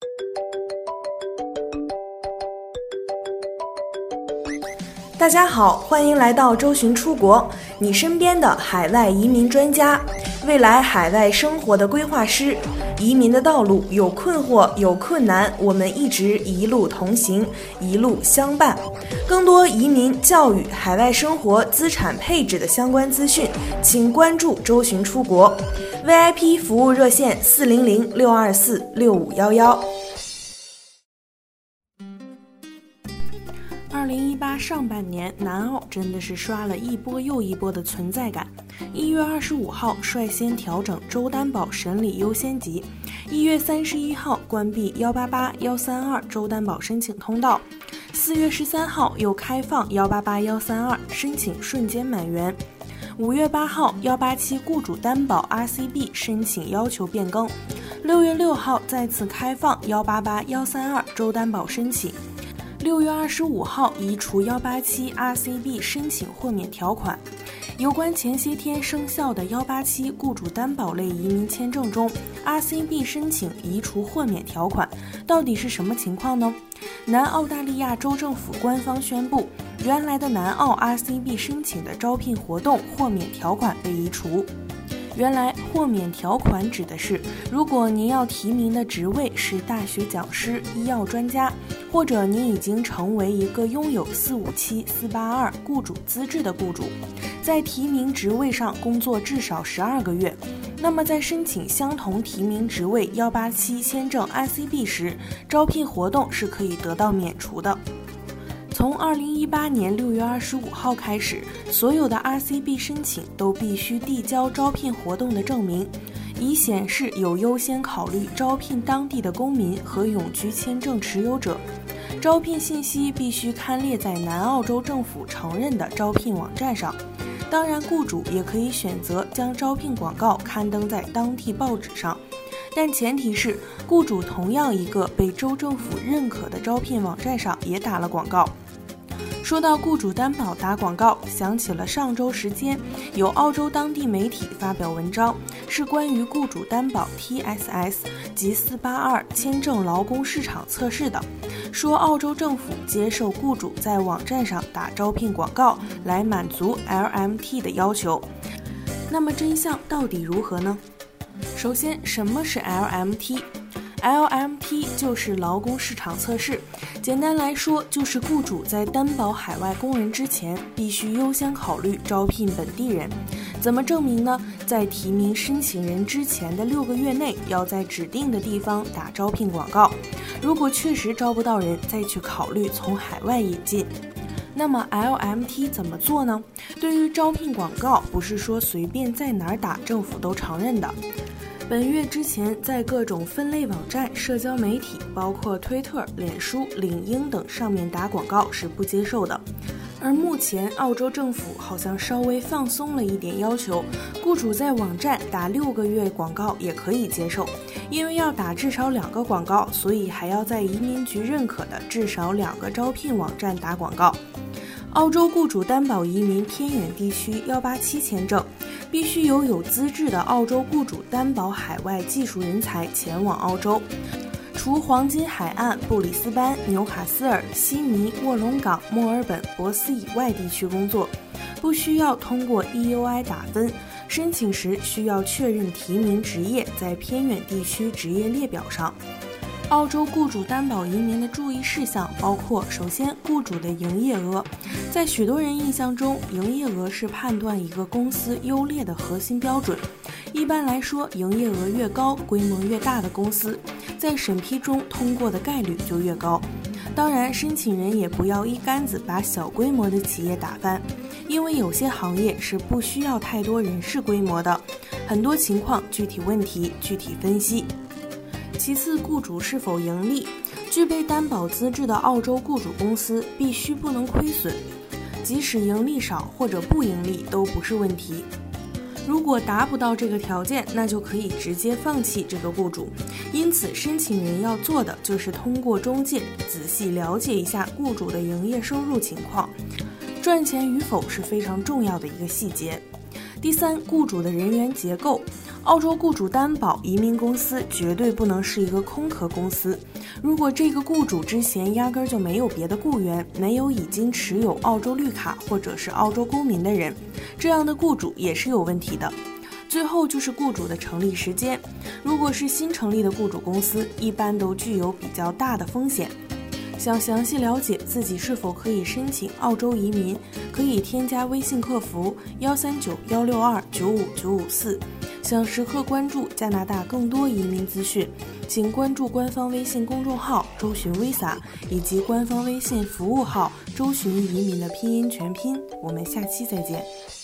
大家好，欢迎来到周巡出国，你身边的海外移民专家，未来海外生活的规划师。移民的道路有困惑有困难，我们一直一路同行，一路相伴。更多移民、教育、海外生活、资产配置的相关资讯，请关注周巡出国 VIP 服务热线400-624-6511。2018上半年，南澳真的是刷了一波又一波的存在感。1月25号率先调整州担保审理优先级，1月31号关闭188、132州担保申请通道，4月13号又开放188、132申请瞬间满员，5月8号187雇主担保 RCB 申请要求变更，6月6号再次开放188、132州担保申请。6月25号移除187 RCB 申请豁免条款。有关前些天生效的187雇主担保类移民签证中 RCB 申请移除豁免条款到底是什么情况呢？南澳大利亚州政府官方宣布，原来的南澳 RCB 申请的招聘活动豁免条款被移除。原来豁免条款指的是，如果您要提名的职位是大学讲师、医药专家，或者您已经成为一个拥有457、482雇主资质的雇主，在提名职位上工作至少12个月，那么在申请相同提名职位187签证 RCB 时，招聘活动是可以得到免除的。从2018年6月25号开始，所有的 RCB 申请都必须递交招聘活动的证明，以显示有优先考虑招聘当地的公民和永居签证持有者。招聘信息必须刊列在南澳洲政府承认的招聘网站上。当然，雇主也可以选择将招聘广告刊登在当地报纸上，但前提是雇主同样一个被州政府认可的招聘网站上也打了广告。说到雇主担保打广告，想起了上周时间有澳洲当地媒体发表文章，是关于雇主担保 TSS 及482签证劳工市场测试的，说澳洲政府接受雇主在网站上打招聘广告来满足 LMT 的要求。那么真相到底如何呢？首先，什么是 LMT？LMT 就是劳工市场测试，简单来说就是雇主在担保海外工人之前，必须优先考虑招聘本地人。怎么证明呢？在提名申请人之前的6个月内，要在指定的地方打招聘广告，如果确实招不到人，再去考虑从海外引进。那么 LMT 怎么做呢？对于招聘广告，不是说随便在哪儿打政府都承认的。本月之前，在各种分类网站、社交媒体，包括推特、脸书、领英等上面打广告是不接受的。而目前，澳洲政府好像稍微放松了一点要求，雇主在网站打6个月广告也可以接受，因为要打至少2个广告，所以还要在移民局认可的至少2个招聘网站打广告。澳洲雇主担保移民偏远地区187签证，必须有资质的澳洲雇主担保海外技术人才前往澳洲，除黄金海岸、布里斯班、纽卡斯尔、悉尼、卧龙岗、墨尔本、珀斯以外地区工作，不需要通过 EUI 打分。申请时需要确认提名职业在偏远地区职业列表上。澳洲雇主担保移民的注意事项包括：首先，雇主的营业额。在许多人印象中，营业额是判断一个公司优劣的核心标准。一般来说，营业额越高、规模越大的公司，在审批中通过的概率就越高。当然，申请人也不要一竿子把小规模的企业打翻，因为有些行业是不需要太多人事规模的，很多情况具体问题具体分析。其次，雇主是否盈利，具备担保资质的澳洲雇主公司必须不能亏损，即使盈利少或者不盈利都不是问题。如果达不到这个条件，那就可以直接放弃这个雇主。因此，申请人要做的就是通过中介仔细了解一下雇主的营业收入情况，赚钱与否是非常重要的一个细节。第三，雇主的人员结构。 澳洲雇主担保移民公司绝对不能是一个空壳公司。如果这个雇主之前压根就没有别的雇员，没有已经持有澳洲绿卡或者是澳洲公民的人，这样的雇主也是有问题的。最后就是雇主的成立时间，如果是新成立的雇主公司，一般都具有比较大的风险。想详细了解自己是否可以申请澳洲移民，可以添加微信客服139-162-95954。想时刻关注加拿大更多移民资讯，请关注官方微信公众号周寻 Visa 以及官方微信服务号周寻移民的拼音全拼。我们下期再见。